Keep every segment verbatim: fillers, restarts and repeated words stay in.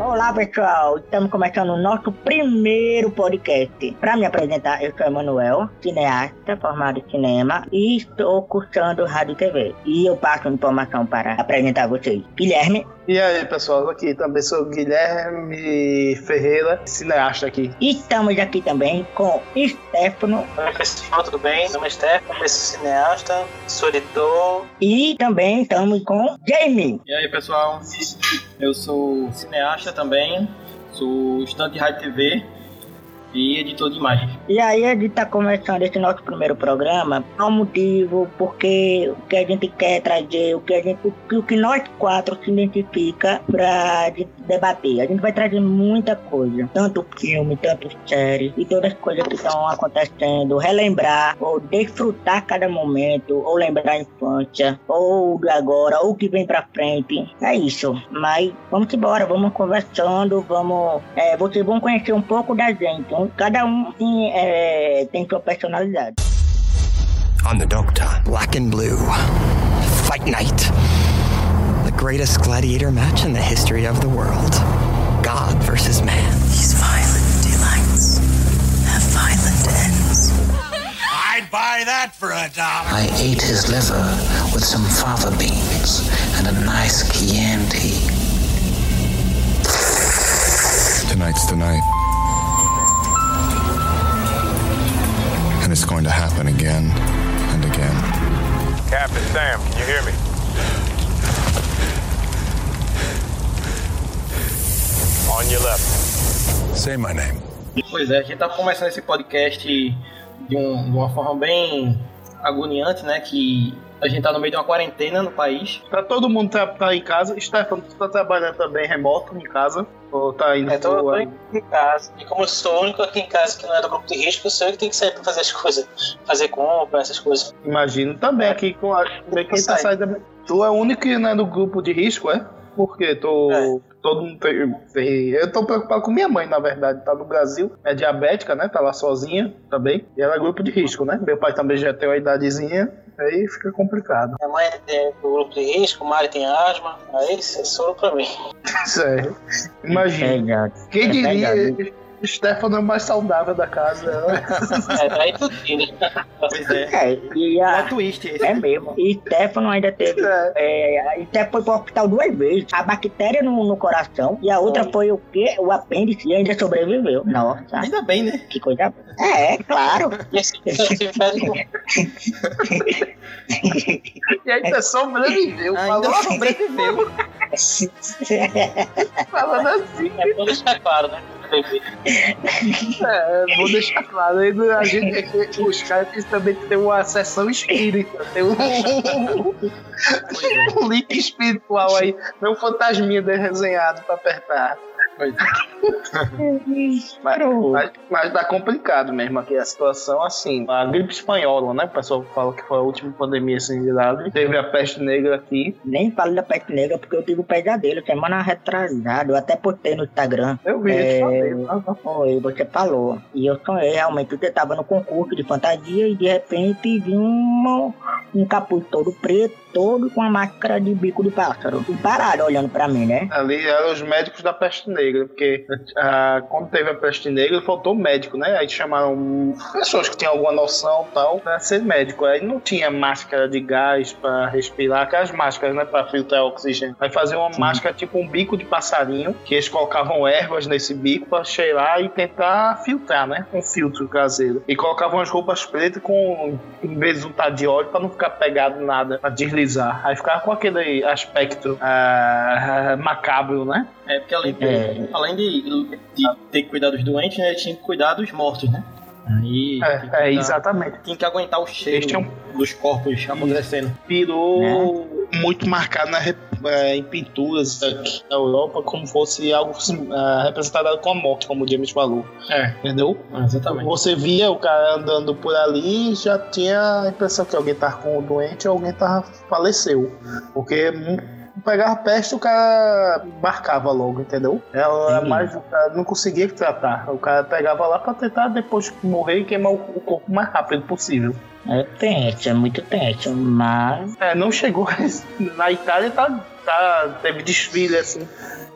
Olá pessoal, estamos começando o nosso primeiro podcast. Para me apresentar, eu sou Emanuel, cineasta formado em cinema e estou cursando rádio e T V. E eu passo informação para apresentar vocês. Guilherme. E aí pessoal, aqui também sou o Guilherme Ferreira, cineasta aqui. E estamos aqui também com Stefano. Oi pessoal, tudo bem? Meu nome é Stefano, eu sou cineasta, sou editor. E também estamos com Jamie. E aí pessoal, eu sou cineasta também, sou estudante de rádio e T V e editor de imagens. E aí a gente está começando esse nosso primeiro programa por um motivo, porque o que a gente quer trazer, o que, a gente, o que nós quatro se identifica para debater. A gente vai trazer muita coisa, tanto filme, tanto série e todas as coisas que estão acontecendo, relembrar ou desfrutar cada momento, ou lembrar a infância, ou de agora, ou que vem pra frente. É isso, mas vamos embora, vamos conversando, vamos, é, vocês vão conhecer um pouco da gente. Cada um tem, é, tem sua personalidade. I'm the Doctor. Black and Blue. Fight Night. The greatest gladiator match in the history of the world. God versus man. These violent delights have violent ends. I'd buy that for a dollar. I ate his liver with some fava beans and a nice Chianti. Tonight's the night. And it's going to happen again and again. Captain Sam, can you hear me? On your left. Say my name. Pois é, a gente tá começando esse podcast de, um, de uma forma bem agoniante, né? Que a gente tá no meio de uma quarentena no país. Pra todo mundo tá, tá em casa. Stefano, tu tá trabalhando também remoto em casa? Ou tá indo É, tô, tô pro... em casa. E como eu sou o único aqui em casa que não é do grupo de risco, eu sou eu que tenho que sair pra fazer as coisas. Fazer compra, essas coisas. Imagino também aqui com a... Também quem tá saindo... Tu é o único que não é do grupo de risco, é? Porque tô... É. Todo mundo tem, tem... Eu tô preocupado com minha mãe, na verdade. Tá no Brasil, é diabética, né? Tá lá sozinha também. E ela é grupo de risco, né? Meu pai também já tem uma idadezinha. Aí fica complicado. Minha mãe tem o grupo de risco, o Mari tem asma. Aí isso soro pra mim. Sério. Imagina. É Quem é diria... verdade. Stefano é o mais saudável da casa. É, aí tudo né? Pois é. É, e a... Plot twist esse. É mesmo. E Stefano ainda teve. É, e Stefano foi pro hospital duas vezes. A bactéria no, no coração. E a outra foi o quê? O apêndice. E ainda sobreviveu. Nossa. Ainda bem, né? Que coisa. É, claro. E assim, você faz E ainda sobreviveu. Ainda Falou sobreviveu. falando assim. é bom deixar claro, né? É, vou deixar claro. Aí a gente, os caras também tem uma sessão espírita. Tem um, um link espiritual aí. Não um fantasminha desenhado pra apertar. Mas, mas, mas tá complicado mesmo aqui a situação, assim. A gripe espanhola, né? O pessoal fala que foi a última pandemia assim de grave. Teve a peste negra aqui. Nem falo da peste negra porque eu tive um pesadelo semana retrasada. Eu até postei no Instagram. Eu vi, é... eu falei. Foi, você falou. E eu sonhei realmente. Eu tava no concurso de fantasia e de repente vi um, um capuz todo preto, todo com a máscara de bico de pássaro. E pararam olhando pra mim, né? Ali eram os médicos da peste negra, porque ah, quando teve a peste negra faltou médico, né? Aí chamaram pessoas que tinham alguma noção e tal pra ser médico. Aí não tinha máscara de gás pra respirar, aquelas máscaras, né? Pra filtrar oxigênio. Aí faziam uma Sim. máscara tipo um bico de passarinho, que eles colocavam ervas nesse bico pra cheirar e tentar filtrar, né? Com filtro caseiro. E colocavam as roupas pretas com em vez de untar de óleo pra não ficar pegado nada, pra deslizar. Aí ficava com aquele aspecto ah, macabro, né? É, porque além, é. além de, de ter que cuidar dos doentes, né, tinha que cuidar dos mortos, né? Aí, é, que é, exatamente. Tinha que aguentar o cheiro tinham... dos corpos apodrecendo. Virou é. muito marcado na, é, em pinturas aqui na Europa como fosse algo é, representado com a morte, como o James falou. É. Entendeu? É, exatamente. Você via o cara andando por ali e já tinha a impressão que alguém tava com o doente ou alguém tava faleceu. Porque pegava peste, o cara embarcava logo, entendeu? Ela mais, o cara não conseguia tratar. O cara pegava lá pra tentar depois morrer e queimar o corpo o mais rápido possível. É tenso, é muito tenso, mas... É, não chegou... Na Itália tá, tá, teve desfile, assim,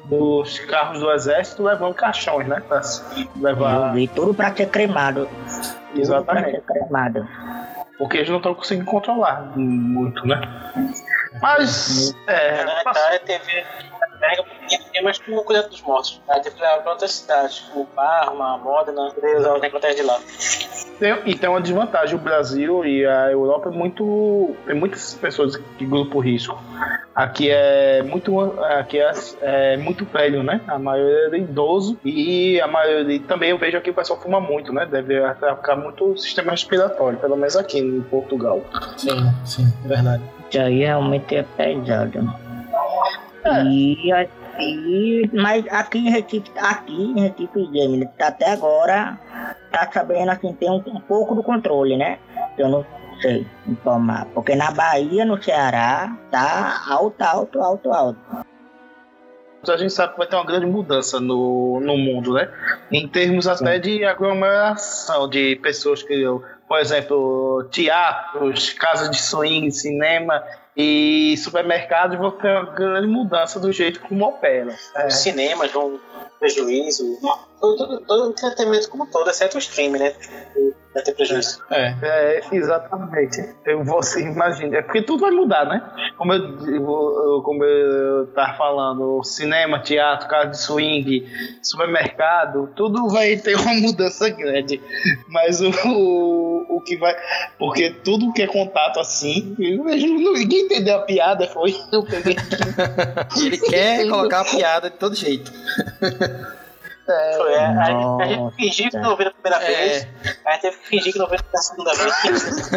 dos carros do exército levando caixões, né? Pra levar... Eu vi tudo pra ser cremado. Exatamente. Tudo pra ser cremado. Porque eles não estão conseguindo controlar muito, né? Mas, é... Na Itália teve... Tem mais com o cuidado dos mortos. Aí teve que levar pra outras cidades, como Parma, Modena, poder usar os necrotéis de lá. Tem, e tem uma desvantagem, o Brasil e a Europa é muito... Tem muitas pessoas de grupo risco. Aqui é muito, aqui é, é muito velho, né? A maioria é idoso e a maioria... Também eu vejo aqui o pessoal fuma muito, né? Deve atacar muito o sistema respiratório, pelo menos aqui em Portugal. Sim, sim, é verdade. Isso aí realmente é pesado. É. E, e, mas aqui em Recife, aqui em Recife Game, tá até agora, tá sabendo assim, tem um, um pouco do controle, né? Eu não sei informar. Porque na Bahia, no Ceará, tá alto, alto, alto, alto. A gente sabe que vai ter uma grande mudança no, no mundo, né? Em termos até Sim. de aglomeração de pessoas que, por exemplo, teatros, casas de swing, cinema e supermercados vão ter uma grande mudança do jeito como opera. É. Os cinemas vão prejuízo, todo, todo, todo entretenimento como todo, exceto o streaming, né? Vai ter prejuízo. É, é exatamente. Eu, você imagina, é porque tudo vai mudar, né? Como eu, eu, como eu tava falando, cinema, teatro, casa de swing, supermercado, tudo vai ter uma mudança grande. Mas o, o, o que vai. Porque tudo que é contato assim, eu vejo, ninguém entendeu a piada, foi. Eu peguei. Ele quer colocar a piada de todo jeito. É, Foi, é, a, gente, a gente fingiu que não ouviu a primeira é. vez, a gente teve que fingir que não ouviu a segunda vez.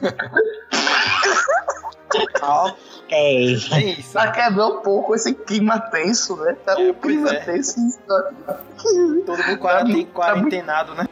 Ok. É isso. Pra quebrar um pouco esse clima tenso, né? Tá um é, clima é. tenso. Todo mundo quarenten, quarentenado, né?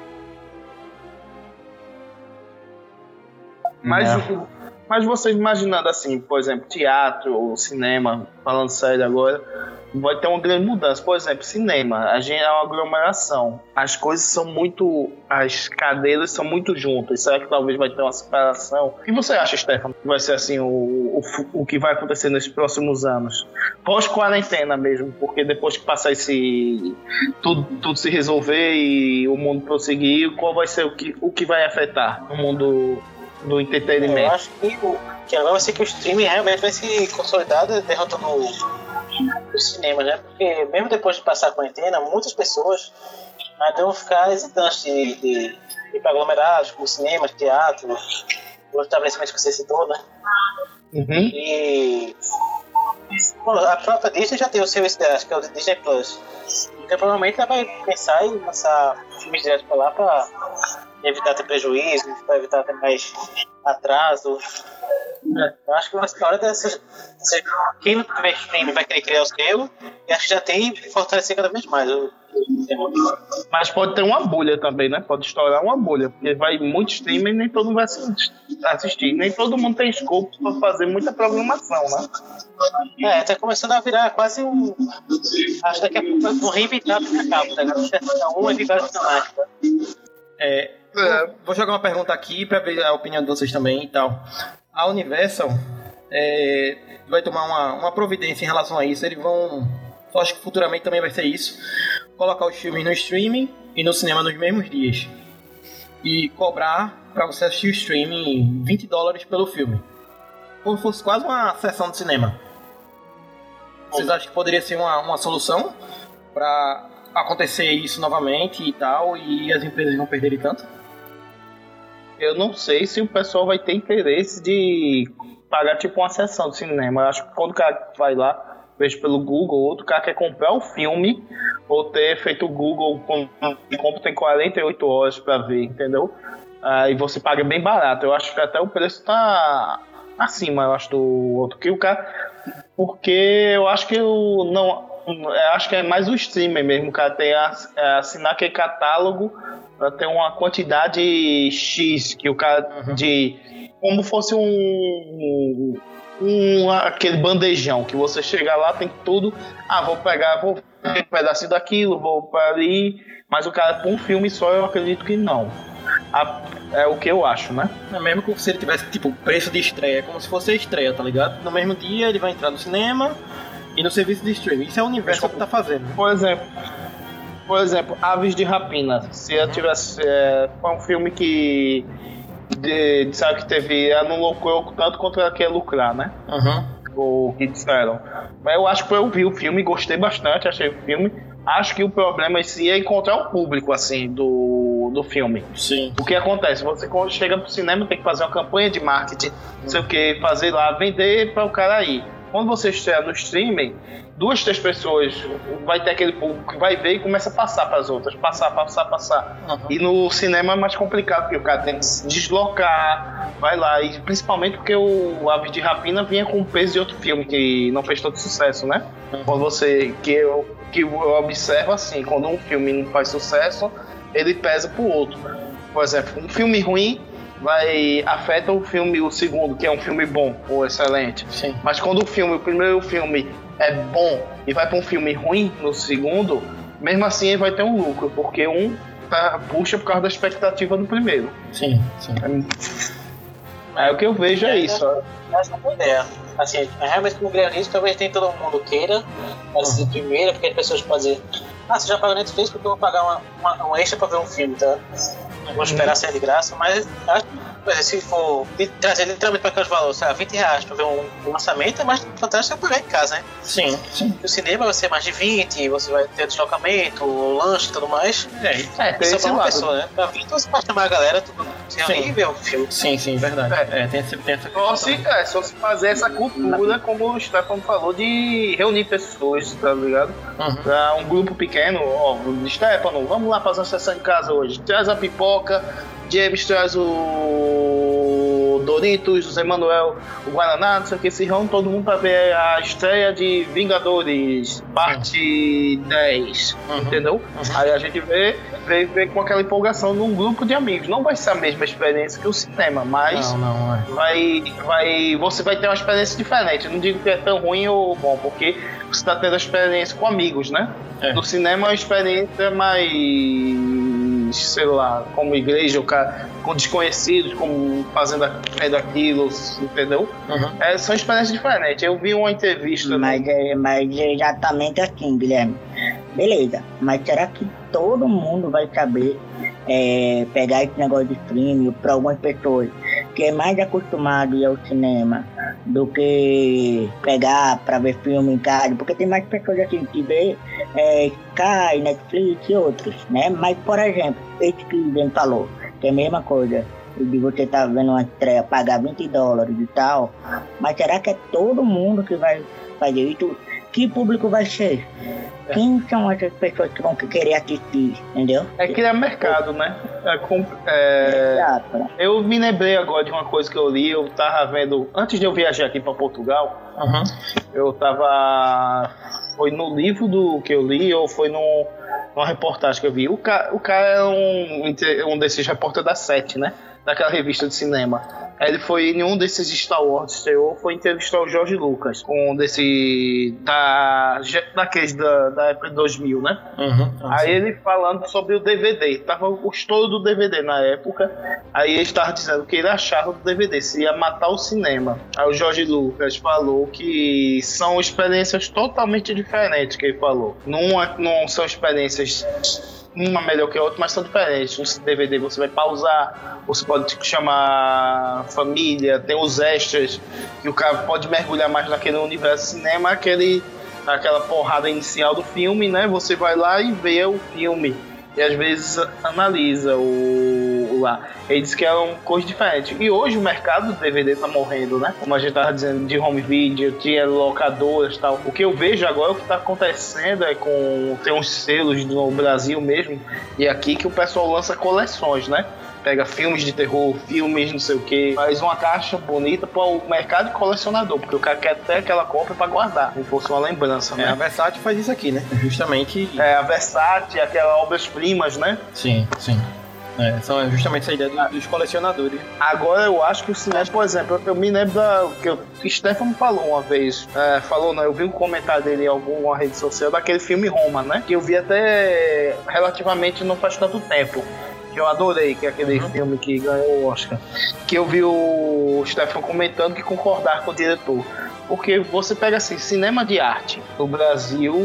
Mas, mas vocês imaginando assim, por exemplo, teatro ou cinema, falando sério agora, vai ter uma grande mudança. Por exemplo, cinema, a gente é uma aglomeração. As coisas são muito... As cadeiras são muito juntas. Será que talvez vai ter uma separação? O que você acha, Stefano? Vai ser assim o, o, o que vai acontecer nesses próximos anos? Pós-quarentena mesmo, porque depois que passar esse... Tudo, tudo se resolver e o mundo prosseguir, qual vai ser o que, o que vai afetar no mundo do entretenimento? Eu acho que, que agora vai ser que o streaming realmente vai se consolidar derrotando os cinemas, né? Porque mesmo depois de passar a quarentena, muitas pessoas ainda vão ficar hesitantes de, de, de ir para aglomerados, como cinemas, teatros, os estabelecimentos que você citou, né? Uhum. E bom, a própria Disney já tem o serviço dela, que é o Disney Plus. Então provavelmente ela vai pensar em lançar filmes direto para lá para evitar ter prejuízo, para evitar ter mais atraso. É, eu acho que vai ser a hora dessas. Quem não tiver streaming vai querer criar o seu, e acho que já tem que fortalecer cada vez mais. Eu, Mas pode ter uma bolha também, né? Pode estourar uma bolha, porque vai muito streaming e nem todo mundo vai assistir. Nem todo mundo tem escopo para fazer muita programação, né? É, tá começando a virar quase um. Acho que daqui a pouco vão reinventar o mercado, tá ligado? Um é vários canais, tá? É, vou, vou jogar uma pergunta aqui para ver a opinião de vocês também e tal. A Universal é, vai tomar uma, uma providência em relação a isso. Eles vão, eu acho que futuramente também vai ser isso, colocar os filmes no streaming e no cinema nos mesmos dias e cobrar para você assistir o streaming vinte dólares pelo filme, como se fosse quase uma sessão de cinema. Vocês acham que poderia ser uma, uma solução para acontecer isso novamente e tal, e as empresas não perderem tanto? Eu não sei se o pessoal vai ter interesse de pagar tipo uma sessão de cinema. Eu acho que quando o cara vai lá, veja pelo Google, outro cara quer comprar o filme, ou ter feito o Google, compra tem quarenta e oito horas pra ver, entendeu? Aí você paga bem barato. Eu acho que até o preço tá acima, eu acho, do outro que o cara... Porque eu acho que eu não... Eu acho que é mais o streamer mesmo, o cara tem a, é, assinar aquele catálogo pra ter uma quantidade X que o cara uhum. de como fosse um, um, um aquele bandejão que você chega lá, tem tudo, ah, vou pegar, vou pegar um pedacinho daquilo, vou para ali, mas o cara por um filme só, eu acredito que não. A, é o que eu acho, né? É mesmo que se ele tivesse tipo preço de estreia, como se fosse a estreia, tá ligado? No mesmo dia ele vai entrar no cinema. E E no serviço de streaming. Isso é o universo que tá fazendo. Né? Por exemplo, por exemplo, Aves de Rapina. Se eu tivesse... É, foi um filme que... De, de, sabe que teve... Ela não lucrou tanto quanto ela quer lucrar, né? Uhum. O que disseram. Mas eu acho que eu vi o filme, gostei bastante, achei o filme. Acho que o problema em si é encontrar o público, assim, do, do filme. Sim. O que acontece? Você, quando chega pro cinema, tem que fazer uma campanha de marketing, não sei o que, fazer lá, vender para o cara ir. Quando você estreia no streaming, duas, três pessoas, vai ter aquele público que vai ver e começa a passar para as outras. Passar, passar, passar. Uhum. E no cinema é mais complicado, porque o cara tem que se deslocar, vai lá. E principalmente porque o Aves de Rapina vinha com o peso de outro filme, que não fez todo sucesso, né? Uhum. Quando você... Que eu, que eu observo assim, quando um filme não faz sucesso, ele pesa pro outro. Por exemplo, um filme ruim vai afeta o filme, o segundo, que é um filme bom ou excelente. Sim. Mas quando o filme, o primeiro filme é bom e vai para um filme ruim no segundo, mesmo assim ele vai ter um lucro, porque um tá, puxa por causa da expectativa do primeiro. Sim, sim. É, é o que eu vejo, é, é isso. Essa é uma ideia. Assim, realmente como grande talvez nem todo mundo queira assistir uhum. primeiro, porque as pessoas podem dizer, ah, você já pagou Netflix porque eu vou pagar uma, uma, um extra pra ver um filme, tá? Não vou esperar ser de graça, mas acho que se for trazer literalmente para aqueles valores, sei lá, vinte reais pra ver um, um lançamento, é mais fantástico eu pagar em casa, né? Sim, sim. O cinema vai ser mais de vinte, você vai ter deslocamento, lanche e tudo mais. É, é tem isso esse é pra uma lado. Pessoa, né? Pra vinte você pode chamar a galera, tudo se reunir e ver o filme. Sim, sim, verdade. É, é tem, tem essa só se, é, só se fazer essa cultura, como o Stefano falou, de reunir pessoas, tá ligado? Uhum. Pra um grupo pequeno, ó, Stefano, vamos lá fazer uma sessão em casa hoje. Traz a pipoca, James traz o Doritos, o Zé Manuel, o Guaraná, não sei o que, se reúne todo mundo pra ver a estreia de Vingadores, parte uhum. dez, uhum. entendeu? Uhum. Aí a gente vê, vê, vê com aquela empolgação num grupo de amigos. Não vai ser a mesma experiência que o cinema, mas não, não, é. vai, vai, você vai ter uma experiência diferente. Eu não digo que é tão ruim ou bom, porque você está tendo a experiência com amigos, né? É. No cinema é uma experiência mais, sei lá, como igreja, o cara, com desconhecidos, como fazendo aquilo, entendeu? Uhum. É, são experiências diferentes. Eu vi uma entrevista. Mas, é, mas é exatamente assim, Guilherme. Beleza, mas será que todo mundo vai saber é, pegar esse negócio de streaming para algumas pessoas que é mais acostumado a ir ao cinema do que pegar para ver filme em casa? Porque tem mais pessoas assim que vê é, Sky, Netflix e outros, né? Mas, por exemplo, esse que o Ben falou, que é a mesma coisa de você estar tá vendo uma estreia, pagar vinte dólares e tal, mas será que é todo mundo que vai fazer isso? Que público vai ser? Quem são essas pessoas que vão querer assistir, entendeu? É criar mercado, né? É, é... Exato. Eu me lembrei agora de uma coisa que eu li, eu tava vendo, antes de eu viajar aqui para Portugal, uhum. eu tava, foi no livro do que eu li, ou foi no, numa reportagem que eu vi, o cara, o cara é um, um desses repórteres da Sete, né? Daquela revista de cinema. Ele foi em um desses Star Wars estreou, foi entrevistar o George Lucas, um desse da daqueles da, da época de dois mil, né? Uhum, aí ele falando sobre o D V D, tava o estouro do D V D na época. Aí ele estava dizendo o que ele achava do D V D, se ia matar o cinema. Aí o George Lucas falou que são experiências totalmente diferentes, que ele falou. Não, não são experiências uma melhor que a outra, mas são diferentes. Um D V D você vai pausar, você pode chamar família, tem os extras, que o cara pode mergulhar mais naquele universo cinema, aquele, aquela porrada inicial do filme, né? Você vai lá e vê o filme, e às vezes analisa o, o lá. Ele disse que é uma coisa diferente. E hoje o mercado do D V D tá morrendo, né? Como a gente tava dizendo, de home video, tinha locadoras e tal. O que eu vejo agora, o que tá acontecendo é com... Tem uns selos no Brasil mesmo, e aqui que o pessoal lança coleções, né? Pega filmes de terror, filmes não sei o que, faz uma caixa bonita para o mercado de colecionador, porque o cara quer ter aquela compra para guardar, como fosse uma lembrança, né? É, a Versace faz isso aqui, né? Justamente. É, a Versace, aquelas obras-primas, né? Sim, sim. É, são justamente essa ideia do, dos colecionadores. Agora eu acho que o cinema, por exemplo, eu, eu me lembro da, que o Stefano falou uma vez, é, falou, não, eu vi um comentário dele em alguma rede social daquele filme Roma, né? Que eu vi até relativamente não faz tanto tempo. Que eu adorei, que é aquele uhum. filme que ganhou o Oscar. Que eu vi o Stefano comentando que concordar com o diretor. Porque você pega assim, cinema de arte no Brasil,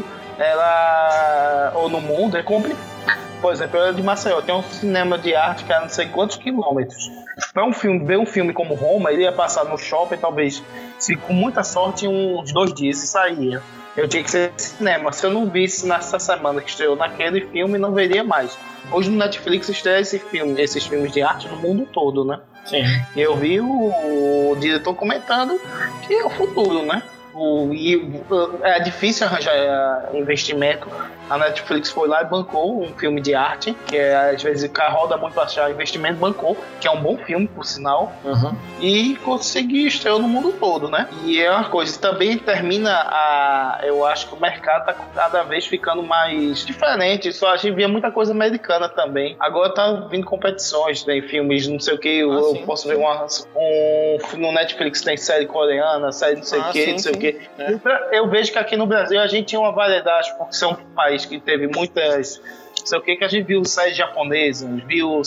ela ou no mundo é complicado. Por exemplo, eu de Maceió, tem um cinema de arte que é não sei quantos quilômetros. Para um filme, ver um filme como Roma, ele ia passar no shopping, talvez, se com muita sorte, uns dois dias e saía. Eu tinha que ser cinema. Se eu não visse nessa semana que estreou naquele filme, não veria mais. Hoje no Netflix estreia esse filme, esses filmes de arte no mundo todo, né? Sim. E eu vi o, o diretor comentando que é o futuro, né? O, e, é difícil arranjar investimento. A Netflix foi lá e bancou um filme de arte, que é, às vezes roda muito para achar investimento, bancou, que é um bom filme, por sinal, uhum. e conseguiu estrear no mundo todo, né? E é uma coisa, também termina a... Eu acho que o mercado tá cada vez ficando mais diferente, só a gente via muita coisa americana também. Agora tá vindo competições, tem filmes, não sei o que, eu, ah, eu sim, posso sim. ver uma, um... No Netflix tem série coreana, série não sei o ah, que, sim, não sei sim. o que. É. Eu vejo que aqui no Brasil a gente tinha uma variedade, porque é um país que teve muitas, não sei o que, que a gente viu séries japonesas, viu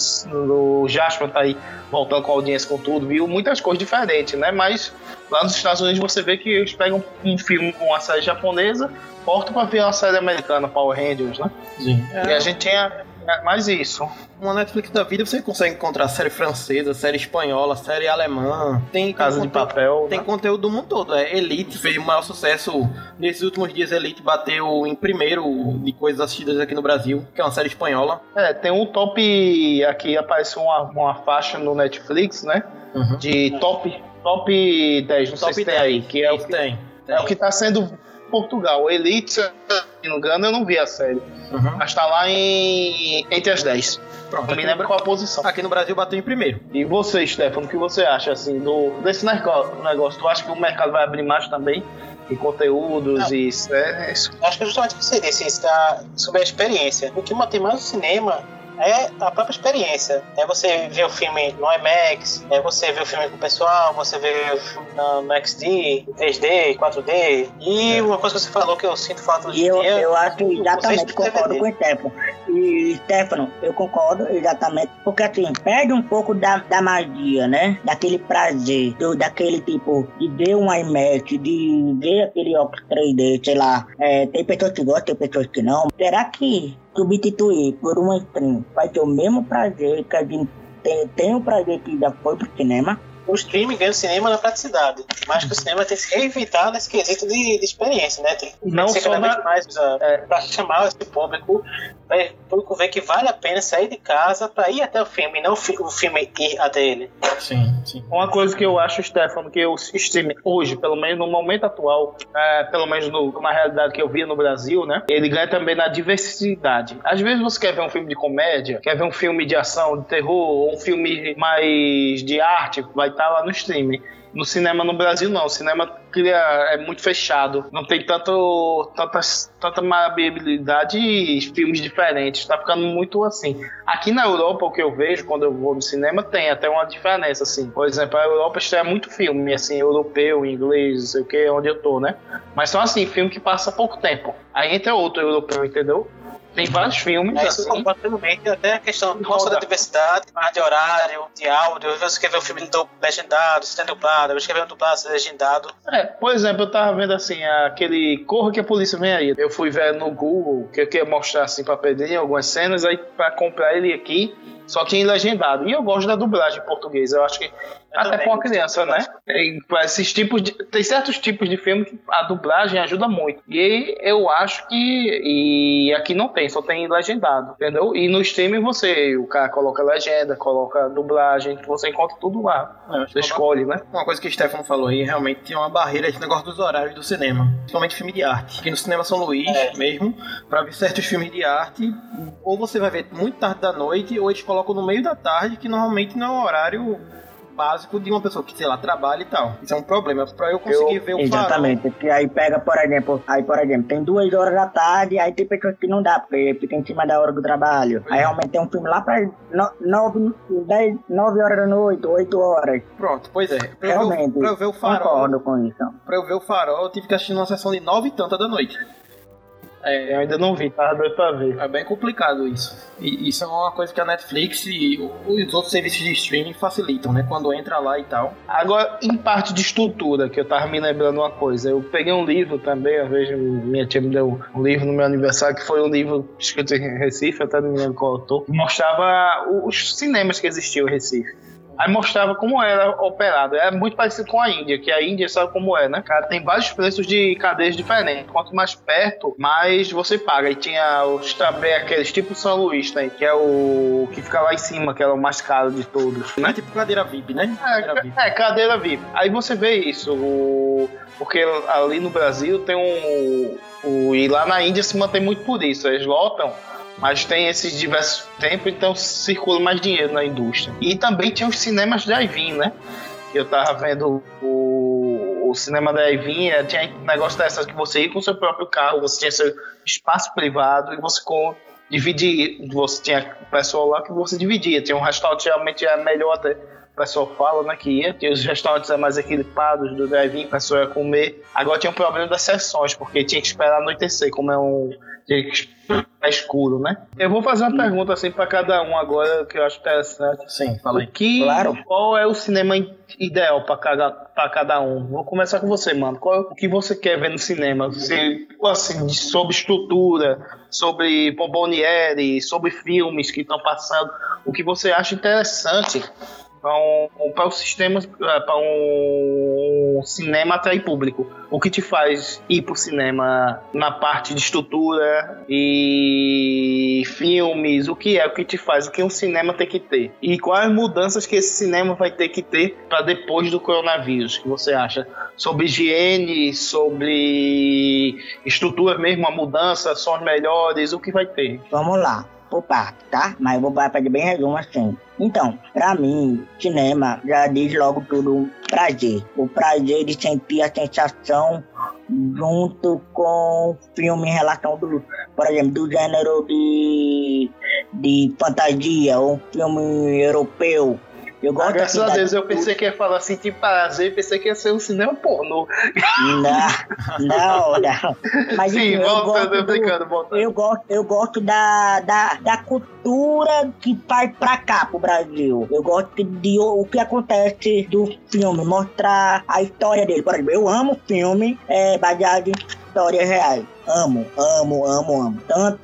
o Jasper tá aí voltando com a audiência com tudo, viu muitas coisas diferentes, né? Mas lá nos Estados Unidos você vê que eles pegam um filme com uma série japonesa, portam pra ver uma série americana, Power Rangers, né? Sim. É. E a gente tinha mais isso. Uma Netflix da vida você consegue encontrar série francesa, série espanhola, série alemã, tem Casa tem de Papel, tem né? conteúdo do mundo todo. É, Elite fez o maior sucesso nesses últimos dias. Elite bateu em primeiro de coisas assistidas aqui no Brasil, que é uma série espanhola. É, tem um top, aqui apareceu uma, uma faixa no Netflix, né? Uhum. De top, top dez, não Top sei se tem aí, que é o que, tem, tem. é o que tá sendo Portugal. Elite, se não me engano, eu não vi a série. Uhum. Mas tá lá em entre as dez. Pronto, não me aqui lembro no- qual a posição. Aqui no Brasil bateu em primeiro. E você, Stefano, o que você acha assim do, desse negócio, negócio? Tu acha que o mercado vai abrir mais também? Em conteúdos Não. e séries? Acho que é justamente o que você disse, isso da, sobre a experiência. O que mantém mais o cinema é a própria experiência. É você ver o filme no IMAX, é você ver o filme com o pessoal, você ver o filme no, no X D, três D, quatro D. E É. uma coisa que você falou que eu sinto falta hoje E em eu, dia... eu acho exatamente, vocês concordo D V D. com o Stefano. E Stefano, eu concordo exatamente, porque assim, perde um pouco da, da magia, né? Daquele prazer, do, daquele tipo, de ver um IMAX, de ver aquele óculos três D, sei lá. É, tem pessoas que gostam, tem pessoas que não. Será que substituir por uma stream vai ter o mesmo prazer que a gente tem, tem o prazer que já foi pro cinema? O streaming ganha o cinema na praticidade, mas que o cinema tem que se reinventar nesse quesito de, de experiência, né? Tem Não que ser só cada vez na- mais uh, para chamar esse público, para o público ver que vale a pena sair de casa para ir até o filme, e não o, fi- o filme ir até ele. Sim, sim. Uma coisa que eu acho, Stefano, que o streaming hoje, pelo menos no momento atual, é, pelo menos no, na realidade que eu via no Brasil, né? Ele ganha também na diversidade. Às vezes você quer ver um filme de comédia, quer ver um filme de ação, de terror, ou um filme mais de arte, vai estar lá no streaming. No cinema no Brasil não, o cinema cria, é muito fechado, não tem tanto, tanta, tanta maleabilidade e filmes diferentes, tá ficando muito assim. Aqui na Europa, o que eu vejo quando eu vou no cinema, tem até uma diferença, assim. Por exemplo, a Europa estreia muito filme, assim, europeu, inglês, não sei o que, onde eu tô, né? Mas são assim, filme que passa pouco tempo. Aí entra outro europeu, entendeu? Tem vários filmes, É isso, assim. concordo plenamente. Até a questão não só Roda. da diversidade, mas de horário, de áudio. Você quer ver o filme do- legendado, se tem dublado, você quer ver o dublado, se é legendado. É, por exemplo, eu tava vendo assim, aquele Corra que a Polícia Vem Aí. Eu fui ver no Google, que eu queria mostrar assim pra perder algumas cenas, aí pra comprar ele aqui, só tinha legendado. E eu gosto da dublagem em português, eu acho que Eu até também pra uma gosto criança, da né? Tem, esses tipos de, tem certos tipos de filme que a dublagem ajuda muito. E aí eu acho que e aqui não tem, só tem legendado, entendeu? E no streaming você, o cara coloca legenda, coloca dublagem, você encontra tudo lá. É, Você escolhe, né? Uma coisa que o Stefano falou aí, realmente tem uma barreira esse negócio dos horários do cinema. Principalmente filme de arte. Aqui no Cinema São Luís, É. mesmo, pra ver certos filmes de arte, ou você vai ver muito tarde da noite, ou eles colocam no meio da tarde, que normalmente não é um horário básico de uma pessoa que, sei lá, trabalha e tal. Isso é um problema. Pra eu conseguir Eu- ver o Exatamente, porque aí pega, por exemplo, aí, por exemplo, tem duas horas da tarde, aí tem pessoas que não dá, porque fica em cima da hora do trabalho. Aí realmente tem um filme lá pra no- nove, dez, nove horas da noite, oito horas. farol. Pronto, pois é. Pra eu, ver, Realmente, o- pra eu ver o farol, concordo com isso. pra eu ver o farol, eu tive que assistir numa sessão de nove e tanta da noite. É, eu ainda não vi, tava doido pra ver. É bem complicado isso. E isso é uma coisa que a Netflix e os outros serviços de streaming facilitam, né? Quando entra lá e tal. Agora, em parte de estrutura, que eu tava me lembrando uma coisa. Eu peguei um livro também, eu vejo, minha tia me deu um livro no meu aniversário, que foi um livro escrito em Recife, até não me lembro qual autor, que mostrava os cinemas que existiam em Recife. Aí mostrava como era operado. É muito parecido com a Índia, que a Índia sabe como é, né? Cara, tem vários preços de cadeias diferentes. Quanto mais perto, mais você paga. E tinha os também aqueles tipo São Luís, né? Que é o que fica lá em cima, que é o mais caro de todos. Né? É tipo cadeira V I P, né? É, cadeira V I P. É, cadeira V I P. Aí você vê isso, o... porque ali no Brasil tem um... O... E lá na Índia se mantém muito por isso. Eles lotam, mas tem esses diversos tempos, então circula mais dinheiro na indústria. E também tinha os cinemas drive-in, né? Eu tava vendo o, o cinema drive-in, tinha um negócio dessas que você ia com o seu próprio carro, você tinha seu espaço privado e você com, dividia, você tinha o pessoal lá que você dividia. Tinha um restaurante, geralmente é melhor até, o pessoal fala, né, que ia. Tinha os restaurantes mais equipados do drive-in, o pessoal ia comer. Agora tinha um problema das sessões, porque tinha que esperar anoitecer, como é um... é escuro, né? Eu vou fazer uma pergunta assim pra cada um agora, que eu acho interessante. Sim, fala aí. Que, Claro. Qual é o cinema ideal pra cada, pra cada um? Vou começar com você, mano. Qual, o que você quer ver no cinema? Você, assim, sobre estrutura, sobre Bomboniere, sobre filmes que estão passando. O que você acha interessante para um, para o sistema, para um cinema atrair público? O que te faz ir pro cinema na parte de estrutura e filmes? O que é o que te faz? O que um cinema tem que ter? E quais mudanças que esse cinema vai ter que ter para depois do coronavírus? O que você acha? Sobre higiene, sobre estrutura mesmo, a mudança, sons melhores, o que vai ter? Vamos lá, por parte, tá? Mas eu vou fazer bem resumo assim. Então, pra mim, cinema já diz logo tudo prazer. O prazer de sentir a sensação junto com o filme em relação, do, por exemplo, do gênero de, de fantasia ou um filme europeu. Eu gosto ah, graças assim, a Deus, da... eu pensei que ia falar assim, tipo prazer, pensei que ia ser um cinema pornô. Não, não, não. Mas sim, enfim, volta, eu, gosto brincando, do, volta. eu gosto, eu gosto da, da, da cultura que faz pra cá, pro Brasil. Eu gosto de o que acontece do filme, mostrar a história dele. Por exemplo, eu amo filme é, baseado em histórias reais. Amo, amo, amo, amo.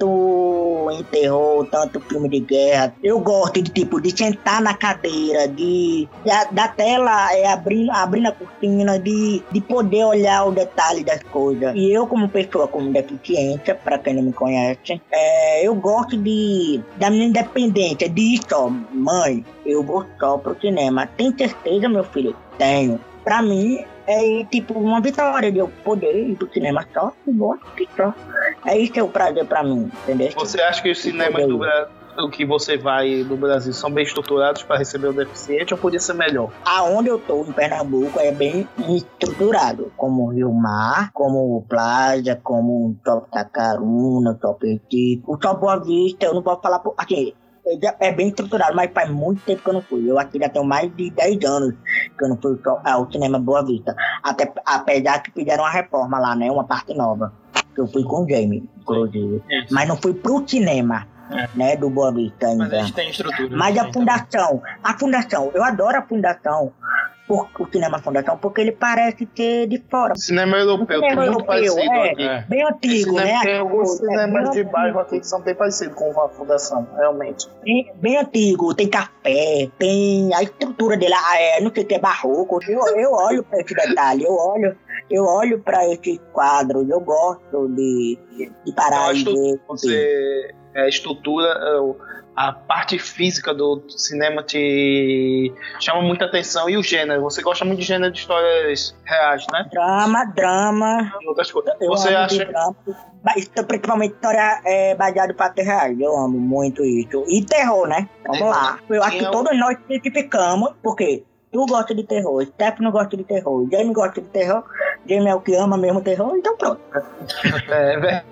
Tanto em terror, tanto filme de guerra. Eu gosto de, tipo, de sentar na cadeira, de... Da, da tela é, abrindo, abrindo a cortina, de, de poder olhar o detalhe das coisas. E eu, como pessoa com deficiência, pra quem não me conhece, é, eu gosto de... Da minha independência, de ir só. Mãe, eu vou só pro cinema. Tem certeza, meu filho? Tenho. Pra mim... É tipo uma vitória de eu poder ir pro cinema só e vou assistir só. É isso que é o prazer pra mim, entendeu? Você acha que os cinemas do Brasil, o que você vai do Brasil, são bem estruturados para receber o deficiente ou podia ser melhor? Aonde eu tô, em Pernambuco, é bem estruturado, como o Rio Mar, como o Plaza, como o Top Tacaruna, o Top Etico, o Top Boa Vista. Eu não posso falar por aqui. É bem estruturado, mas faz muito tempo que eu não fui. Eu aqui já tenho mais de dez anos que eu não fui ao cinema Boa Vista. Até, apesar que fizeram uma reforma lá, né? Uma parte nova. Que eu fui com o Jamie, inclusive. Isso. Mas não fui pro cinema, é. né? Do Boa Vista ainda. Mas a gente tem estrutura. Mas a fundação, também. a fundação, eu adoro a fundação. Por, o cinema Fundação, porque ele parece ser de fora. Cinema europeu, cinema tem muito europeu, parecido é, aqui. É. Bem antigo, cinema, né? Tem alguns é, cinemas de antigo. bairro aqui que são bem parecidos com a Fundação, realmente. Bem, bem antigo, tem café, tem a estrutura dele, é, não sei o que é barroco. Eu, eu olho para esse detalhe, eu olho, eu olho para esses quadros, eu gosto de, de parar e ver. Você, a estrutura... Eu, a parte física do cinema te chama muita atenção. E o gênero? Você gosta muito de gênero de histórias reais, né? Drama, drama. E outras coisas. Eu Você amo acha... drama, principalmente história é, baseada em fatos reais. Eu amo muito isso. E terror, né? Vamos é, lá. Eu acho que eu... todos nós identificamos, porque tu gosta de terror, Steph não gosta de terror, Jamie gosta de terror, Jamie é o que ama mesmo terror, então pronto. É, velho.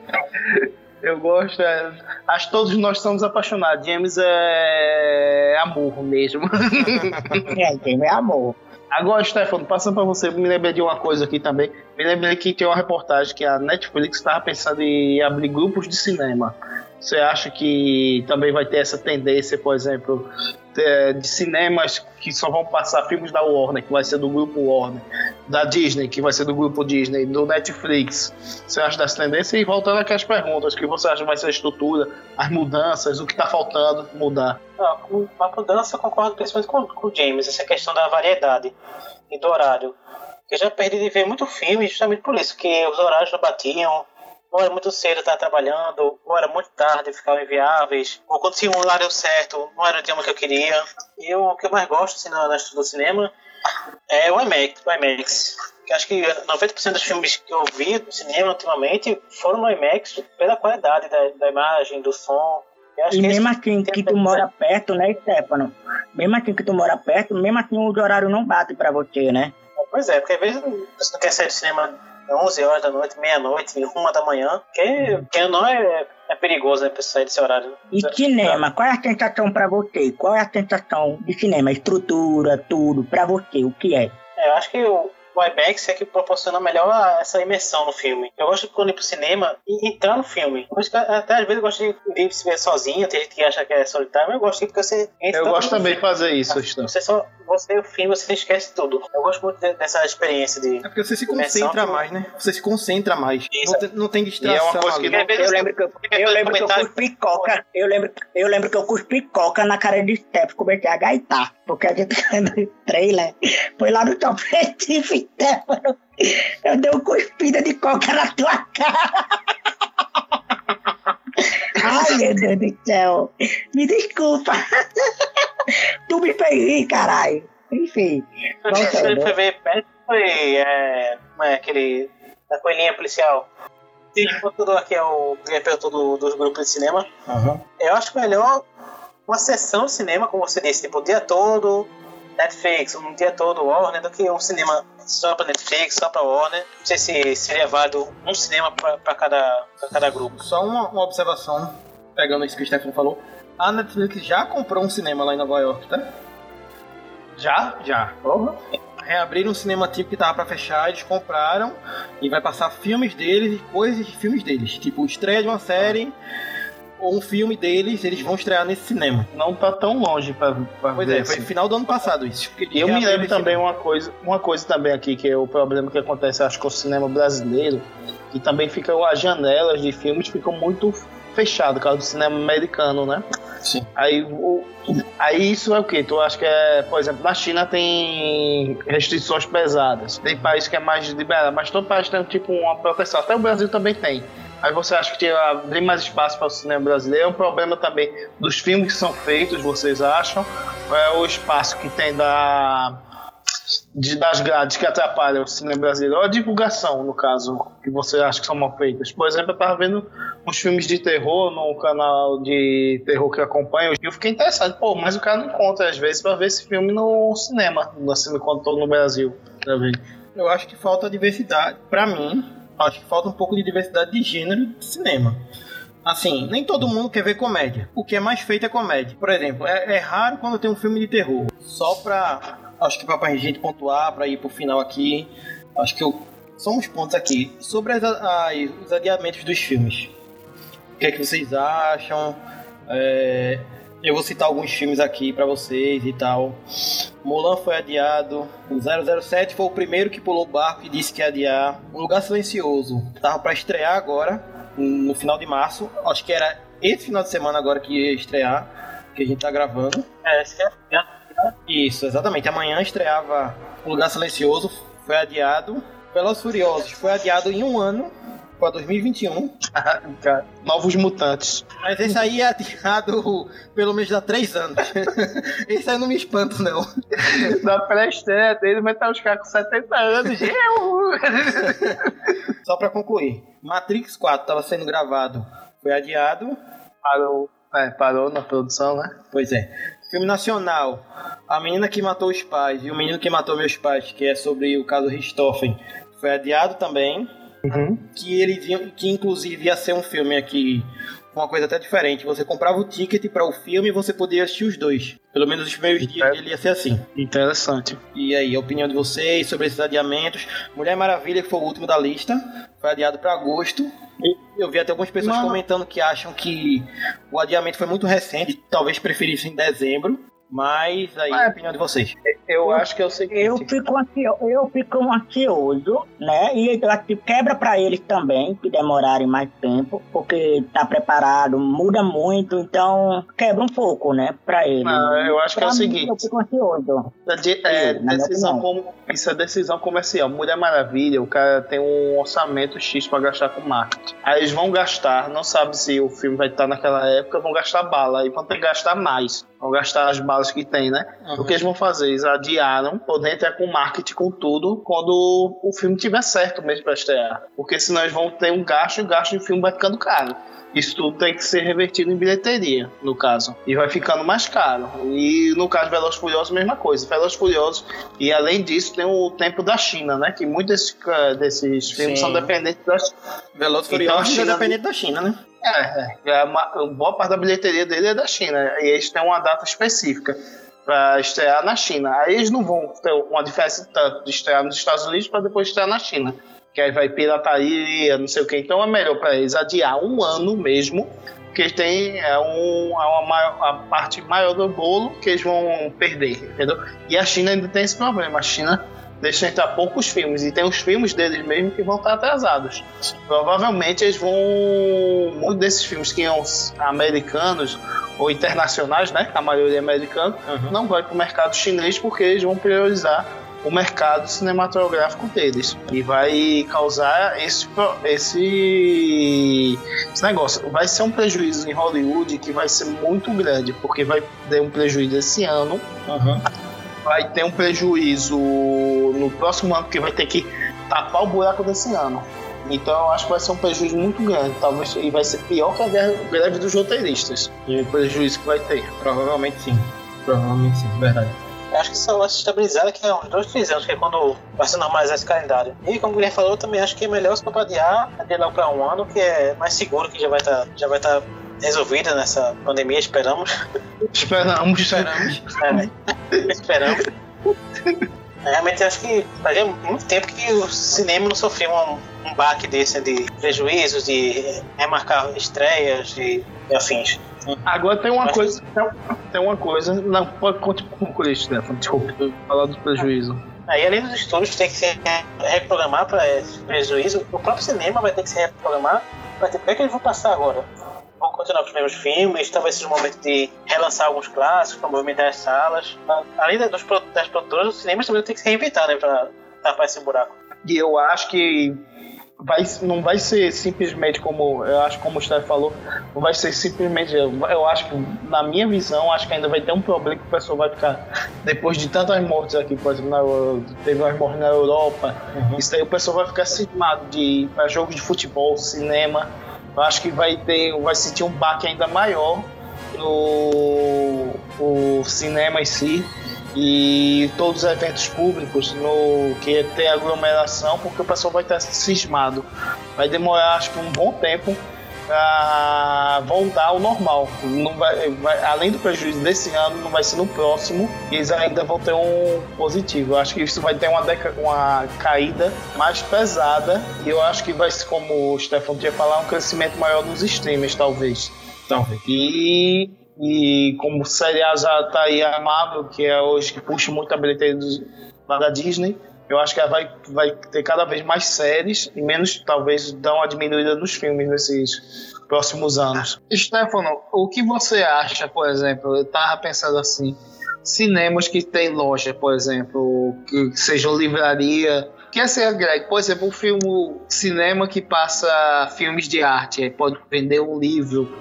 Eu gosto, é, acho que todos nós estamos apaixonados. James é amor mesmo. É, James é amor. Agora, Stefano, passando para você, me lembrei de uma coisa aqui também. Me lembrei que tem uma reportagem que a Netflix estava pensando em abrir grupos de cinema. Você acha que também vai ter essa tendência, por exemplo, de cinemas que só vão passar filmes da Warner, que vai ser do grupo Warner, da Disney, que vai ser do grupo Disney, do Netflix? Você acha dessa tendência? E voltando aqui às perguntas, o que você acha que vai ser a estrutura, as mudanças, o que está faltando mudar? Não, com a mudança eu concordo principalmente com, com o James, essa questão da variedade e do horário. Eu já perdi de ver muito filme justamente por isso, que os horários não batiam. Ou era muito cedo estar trabalhando, ou era muito tarde, ficavam inviáveis, ou quando tinha um horário certo, não era o tema que eu queria. E o que eu mais gosto assim, na, na do cinema é o IMAX. O IMAX. Que acho que noventa por cento dos filmes que eu vi no cinema ultimamente foram no IMAX pela qualidade da, da imagem, do som. E mesmo assim que tu mora perto, né, Stefano? Mesmo assim que tu mora perto, mesmo assim o horário não bate pra você, né? Pois é, porque às vezes você não quer sair do cinema onze horas da noite, meia-noite, uma da manhã, que, que não é, é perigoso, né, pra sair desse horário. E cinema, qual é a sensação pra você? Qual é a sensação de cinema? Estrutura, tudo, pra você, o que é? É, eu acho que o, o IMAX é que proporciona melhor a, essa imersão no filme. Eu gosto de quando ir pro cinema e entrar no filme. Até às vezes eu gosto de, de se ver sozinho, tem gente que acha que é solitário, mas eu gosto de porque você entra. Eu gosto também de fazer isso, Estão. Você só você o filme, você esquece tudo. Eu gosto muito de, dessa experiência de. É porque você se concentra mais, né? Você se concentra mais. Isso. Não tem, não tem distração. E é uma coisa que não... Eu lembro que eu, eu, lembro que eu cuspi coca. Eu lembro, eu lembro que eu cuspi coca na cara de Steph, comecei a gaitar. Porque a gente no trailer foi lá no Top Recife, Stefano. Eu dei uma cuspida de coca na tua cara. Ai, meu Deus do céu. Me desculpa. Tu me fez rir, caralho. Enfim. Ele foi ver perto, foi é, é, aquele da coelhinha policial. Sim, tudo aqui é o diretor do, dos grupos de cinema. Uhum. Eu acho melhor uma sessão de cinema, como você disse, tipo o dia todo Netflix, um dia todo Warner, do que um cinema só pra Netflix, só pra Warner. Não sei se seria válido um cinema pra, pra, cada, pra cada grupo. Só uma, uma observação, pegando isso que o Stefano falou. A Netflix já comprou um cinema lá em Nova York, tá? Já? Já. Uhum. Reabriram um cinema tipo que tava pra fechar, eles compraram e vai passar filmes deles e coisas de filmes deles. Tipo, estreia de uma série ou um filme deles, eles vão estrear nesse cinema. Não tá tão longe pra, pra pois ver. É, foi no final do ano passado isso. E eu me lembro também uma coisa, uma coisa também aqui, que é o problema que acontece, acho que com o cinema brasileiro, que também ficam as janelas de filmes ficam muito fechadas, por causa do cinema americano, né? Sim. Aí, o, aí isso é o que? Tu acha que é, por exemplo, na China tem restrições pesadas, tem país que é mais liberado, mas todo país tem tipo uma proteção, até o Brasil também tem. Aí você acha que tem abrir mais espaço para o cinema brasileiro? É um problema também dos filmes que são feitos, vocês acham? Ou é o espaço que tem da, de, das grades que atrapalha o cinema brasileiro? Ou a divulgação, no caso, que você acha que são mal feitas? Por exemplo, eu estava vendo uns filmes de terror no canal de terror que eu acompanho e eu fiquei interessado. Pô, mas o cara não encontra às vezes para ver esse filme no cinema, assim, quando estou no Brasil. Pra ver. Eu acho que falta diversidade, para mim. Acho que falta um pouco de diversidade de gênero de cinema. Assim, nem todo mundo quer ver comédia. O que é mais feito é comédia. Por exemplo, é, é raro quando tem um filme de terror. Só pra... Acho que pra gente pontuar, pra ir pro final aqui. Acho que eu, são uns pontos aqui. Sobre as, as, os adiamentos dos filmes. O que é que vocês acham? É... Eu vou citar alguns filmes aqui pra vocês e tal. Mulan foi adiado. O zero zero sete foi o primeiro que pulou o barco e disse que ia adiar. O Lugar Silencioso tava pra estrear agora, no final de março. Acho que era esse final de semana agora que ia estrear, que a gente tá gravando. É, esse é. Isso, exatamente. Amanhã estreava O Lugar Silencioso, foi adiado. Velozes e Furiosos foi adiado em um ano, para dois mil e vinte e um. Novos Mutantes. Mas esse aí é adiado pelo menos há três anos. Esse aí não me espanta, não. Na pré-estreia dele vai estar os caras com setenta anos. Só para concluir, Matrix quatro estava sendo gravado, foi adiado. Parou, é, parou na produção, né? Pois é. Filme nacional, A Menina que Matou os Pais e O Menino que Matou Meus Pais, que é sobre o caso Richthofen, foi adiado também. Uhum. Que, ele, que inclusive ia ser um filme aqui uma coisa até diferente. Você comprava o ticket para o filme e você podia assistir os dois. Pelo menos os primeiros dias dele ia ser assim. Interessante. E aí, a opinião de vocês sobre esses adiamentos? Mulher Maravilha, que foi o último da lista, foi adiado para agosto. Eu vi até algumas pessoas Mano. comentando que acham que o adiamento foi muito recente, talvez preferissem em dezembro. Mas aí Mas, a opinião de vocês. Eu, eu acho que é o seguinte. Eu fico ansioso, eu fico ansioso, né? E eu acho que quebra pra eles também, que demorarem mais tempo, porque tá preparado, muda muito, então quebra um pouco, né? Pra eles. Não, eu acho pra que é o mim, seguinte. Eu fico ansioso. É, é, decisão como, isso é decisão comercial. Mulher Maravilha, o cara tem um orçamento X pra gastar com marketing. Aí eles vão gastar, não sabe se o filme vai estar naquela época, vão gastar bala. Aí vão ter que gastar mais. Vão gastar as balas que tem, né? Uhum. O que eles vão fazer? Eles adiaram, podem entrar com marketing, com tudo, quando o filme tiver certo mesmo pra estrear. Porque senão eles vão ter um gasto e o gasto de filme vai ficando caro. Isso tudo tem que ser revertido em bilheteria, no caso. E vai ficando mais caro. E no caso de Velozes e Furiosos, mesma coisa. Velozes e Furiosos, e além disso, tem o tempo da China, né? Que muitos desses, desses filmes Sim. são dependentes da China. Velozes e Furiosos então, China... é dependente da China, né? É, é. Uma boa parte da bilheteria dele é da China. E eles têm uma data específica para estrear na China. Aí eles não vão ter uma diferença tanto de estrear nos Estados Unidos para depois estrear na China. Que aí vai pirataria, não sei o que. Então é melhor para eles adiar um ano mesmo, porque eles têm é um, é uma maior, a parte maior do bolo que eles vão perder, entendeu? E a China ainda tem esse problema. A China deixa entrar poucos filmes, e tem os filmes deles mesmo que vão estar atrasados. Provavelmente eles vão... Muitos desses filmes que são americanos ou internacionais, né? A maioria é americana, uhum. não vai para o mercado chinês porque eles vão priorizar o mercado cinematográfico deles e vai causar esse, esse, esse negócio. Vai ser um prejuízo em Hollywood que vai ser muito grande, porque vai ter um prejuízo esse ano, uhum. vai ter um prejuízo no próximo ano, porque vai ter que tapar o buraco desse ano. Então eu acho que vai ser um prejuízo muito grande, talvez, e vai ser pior que a greve dos roteiristas, e o prejuízo que vai ter. Provavelmente sim, provavelmente sim, verdade. Eu acho que só vai se estabilizar daqui a uns dois, três anos, que é quando vai se normalizar esse calendário. E como o Guilherme falou, eu também acho que é melhor se for adiar, adiar logo para um ano, que é mais seguro, que já vai estar já vai estar resolvida nessa pandemia, esperamos. Esperamos, esperamos. É, esperamos. Realmente acho que fazia muito tempo que o cinema não sofria um, um baque desse de prejuízos, de remarcar estreias e, e afins. Agora tem uma Mas, coisa, tem uma coisa, não, pode concluir, Stefano, desculpa, falar do prejuízo. Aí além dos estúdios tem que se reprogramar para esse prejuízo, o próprio cinema vai ter que se reprogramar para ter, o que é que eles vão passar agora? Vão continuar com os mesmos filmes, talvez seja o momento de relançar alguns clássicos, para movimentar as salas. Além das, das produtoras, os cinemas também tem que se reinventar, né, para tapar esse buraco. E eu acho que Vai, não vai ser simplesmente como eu acho, como o Steph falou, não vai ser simplesmente, eu, eu acho que na minha visão, acho que ainda vai ter um problema que o pessoal vai ficar, depois de tantas mortes aqui, por exemplo, na, teve umas mortes na Europa, uhum. isso aí o pessoal vai ficar cismado de ir para jogos de futebol, cinema. Eu acho que vai ter, vai sentir um baque ainda maior no o cinema em si e todos os eventos públicos no que tem aglomeração, porque o pessoal vai estar cismado. Vai demorar, acho que um bom tempo para voltar ao normal. Não vai, vai, além do prejuízo desse ano, não vai ser no próximo, e eles ainda vão ter um positivo. Eu acho que isso vai ter uma, deca, uma caída mais pesada, e eu acho que vai ser, como o Stefano tinha falado, um crescimento maior nos streamers, talvez. Talvez. E E como serial já tá aí a Marvel, que é hoje que puxa muito a bilheteria da Disney, eu acho que ela vai, vai ter cada vez mais séries e menos, talvez, dar uma diminuída nos filmes nesses próximos anos. Stefano, o que você acha, por exemplo, eu tava pensando assim, cinemas que tem loja, por exemplo, que sejam livraria, que é ser agrega, por exemplo, um filme, cinema que passa filmes de arte, pode vender um livro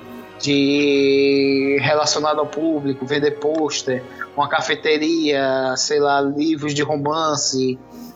de relacionado ao público, vender pôster, uma cafeteria, sei lá, livros de romance,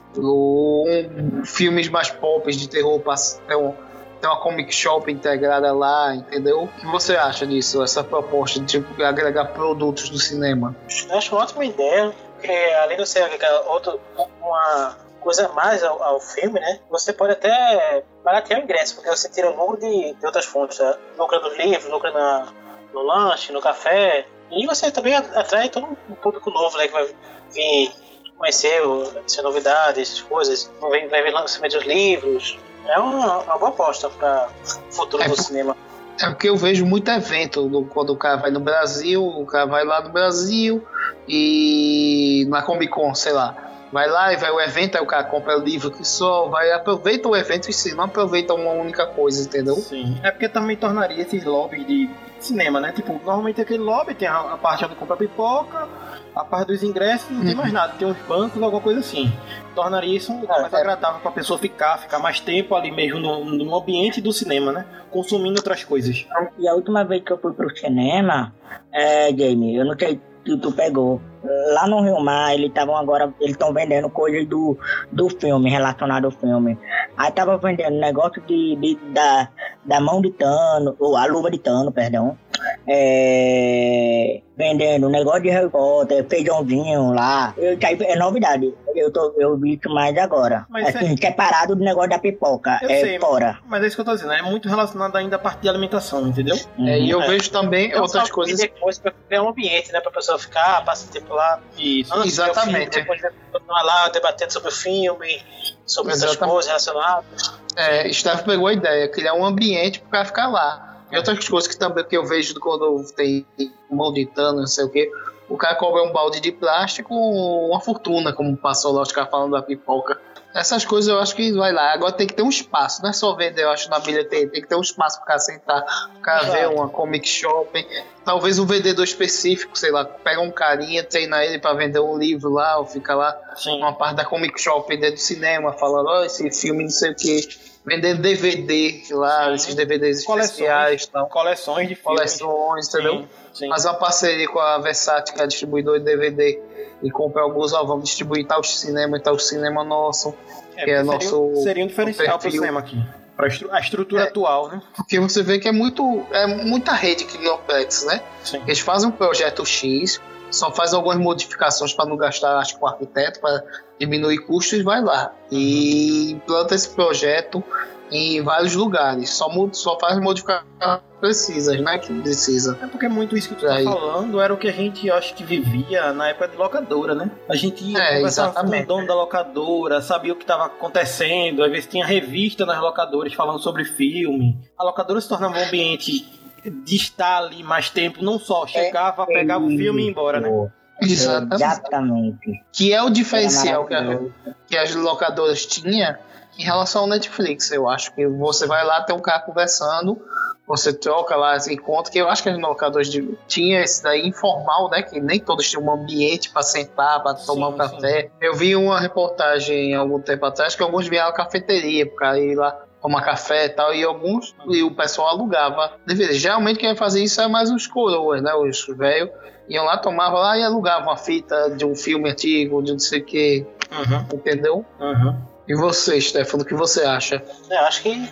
um, filmes mais pop de terror, tem, um, tem uma comic shop integrada lá, entendeu? O que você acha disso, essa proposta de tipo, agregar produtos do cinema? Eu acho uma ótima ideia, porque além de você agregar outro, uma coisa a mais ao, ao filme, né? Você pode até baratear o ingresso, porque você tira o lucro de, de outras fontes, tá? Lucra dos livros, lucra na, no lanche, no café. E você também atrai todo um público novo, né? Que vai vir conhecer as novidades, coisas. Vai, vai ver lançamento dos livros. É uma, uma boa aposta para o futuro é do por, cinema. É porque eu vejo muito evento do, quando o cara vai no Brasil, o cara vai lá no Brasil e na Comic Con, sei lá. Vai lá e vai o evento, aí o cara compra o livro que só, vai, aproveita o evento em si, não aproveita uma única coisa, entendeu? Sim, é porque também tornaria esses lobbies de cinema, né? Tipo, normalmente aquele lobby tem a, a parte onde compra pipoca, a parte dos ingressos, não tem mais nada, tem uns bancos, alguma coisa assim. Tornaria isso um, mais agradável pra pessoa ficar, ficar mais tempo ali mesmo no, no ambiente do cinema, né? Consumindo outras coisas. E a última vez que eu fui pro cinema, é, Jamie, eu não sei que tu pegou. Lá no Rio Mar, eles estavam agora, eles estão vendendo coisas do, do filme, relacionado ao filme. Aí tava vendendo negócio de, de, da, da mão de Thanos, ou a luva de Thanos, perdão. É, vendendo negócio de Harry Potter, feijãozinho lá. Eu, é novidade. Eu, tô, eu vi isso mais agora. Mas assim, é... separado do negócio da pipoca. Eu é sei, fora. Mas é isso que eu tô dizendo, é muito relacionado ainda à parte de alimentação, entendeu? Uhum. É, e eu é. vejo também eu outras coisas. Depois pra criar um ambiente, né? Pra pessoa ficar, passar tempo lá. Isso. Antes exatamente. Filme, depois continuar lá debatendo sobre o filme, sobre essas coisas relacionadas. É, Steph pegou a ideia, criar um ambiente pro cara ficar lá. E outras coisas que também que eu vejo quando tem um balde de Thanos, não sei o que, o cara cobra um balde de plástico, uma fortuna, como passou lá os caras falando da pipoca. Essas coisas eu acho que vai lá. Agora tem que ter um espaço, não é só vender, eu acho, na bilheteria. Tem que ter um espaço pro cara sentar, pro cara ver uma comic shop. Talvez um vendedor específico, sei lá, pega um carinha, treina ele pra vender um livro lá, ou fica lá Sim. numa parte da comic shop dentro do cinema, falando, ó, oh, esse filme não sei o que. Vendendo D V D lá, Sim. esses D V Ds especiais e tal. Coleções de filmes. Coleções, entendeu? Sim. Sim. Fazer uma parceria com a Versátil, que é a distribuidora de D V D, e comprar alguns, ó, vamos distribuir tal cinema e tal cinema nosso, é, que é seria, nosso... Seria um diferencial pro cinema aqui. Pra estru- a estrutura é, atual, né? Porque você vê que é, muito, é muita rede Kinoplex, né? Sim. Eles fazem um projeto X, só faz algumas modificações para não gastar, acho que com o arquiteto, para diminuir custos e vai lá. E implanta esse projeto em vários lugares. Só, só faz modificações precisas, né? Que precisa. É porque muito isso que tu tá falando era o que a gente, acho que vivia na época de locadora, né? A gente ia é, conversar com o dono da locadora, sabia o que estava acontecendo, às vezes tinha revista nas locadoras falando sobre filme. A locadora se tornava um ambiente de estar ali mais tempo, não só chegava, é, pegava o filme e ia embora, né? Exatamente. Exatamente. Que é o diferencial que, a, que as locadoras tinham em relação ao Netflix. Eu acho que você vai lá, tem um cara conversando, você troca lá, se encontra, que eu acho que as locadoras de, tinha esse daí informal, né, que nem todos tinham um ambiente para sentar, para tomar sim, um café. Sim. Eu vi uma reportagem algum tempo atrás que alguns vieram à cafeteria para ir lá tomar café e tal, e alguns, e o pessoal alugava D V D. Geralmente quem fazia isso é mais os coroas, né, os velhos, iam lá, tomavam lá e alugavam uma fita de um filme antigo, de não sei o que, uhum. entendeu? Uhum. E você, Stefano, o que você acha? Eu acho que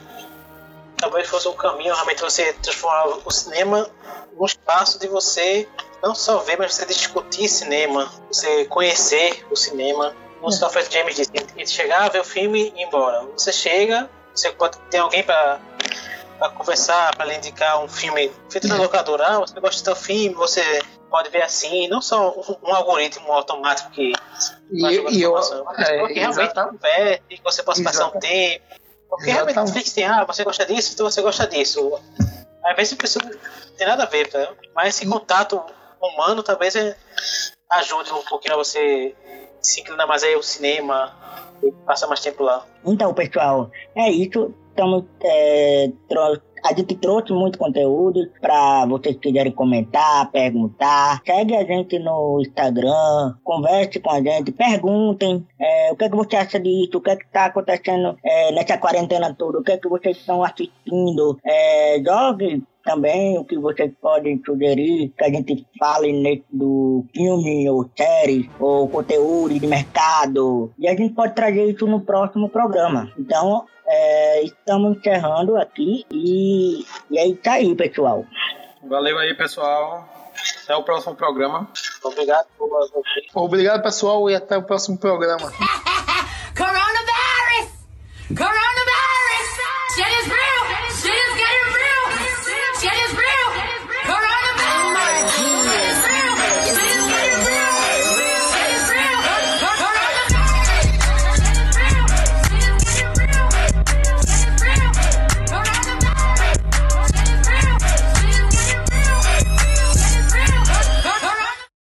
talvez fosse um caminho realmente você transformar o cinema num espaço de você não só ver, mas você discutir cinema, você conhecer o cinema. Como o Alfred James disse, ele chegar, ver o filme e ir embora. Você chega, você pode ter alguém para conversar, para lhe indicar um filme feito na locadora. Ah, você gosta do seu filme, você pode ver assim, não só um, um algoritmo automático que vai jogar informação, mas é, que realmente converse, que você possa passar um tempo. Porque realmente Netflix tem, ah, você gosta disso, então você gosta disso. Às vezes a pessoa não tem nada a ver, tá? Mas esse contato humano talvez é, ajude um pouquinho a você se inclinar mais aí ao cinema e passar mais tempo lá. Então, pessoal, é isso. Estamos é, tro- a gente trouxe muito conteúdo para vocês quiserem comentar, perguntar. Segue a gente no Instagram, converse com a gente, perguntem é, o que é que você acha disso, o que é que está acontecendo é, nessa quarentena toda, o que é que vocês estão assistindo. É, jogue também o que vocês podem sugerir que a gente fale nesse do filme ou série ou conteúdo de mercado, e a gente pode trazer isso no próximo programa. Então é, estamos encerrando aqui e, e é isso aí, pessoal. Valeu aí, pessoal. Até o próximo programa. Obrigado por Obrigado, pessoal, e até o próximo programa. Corona! Karate!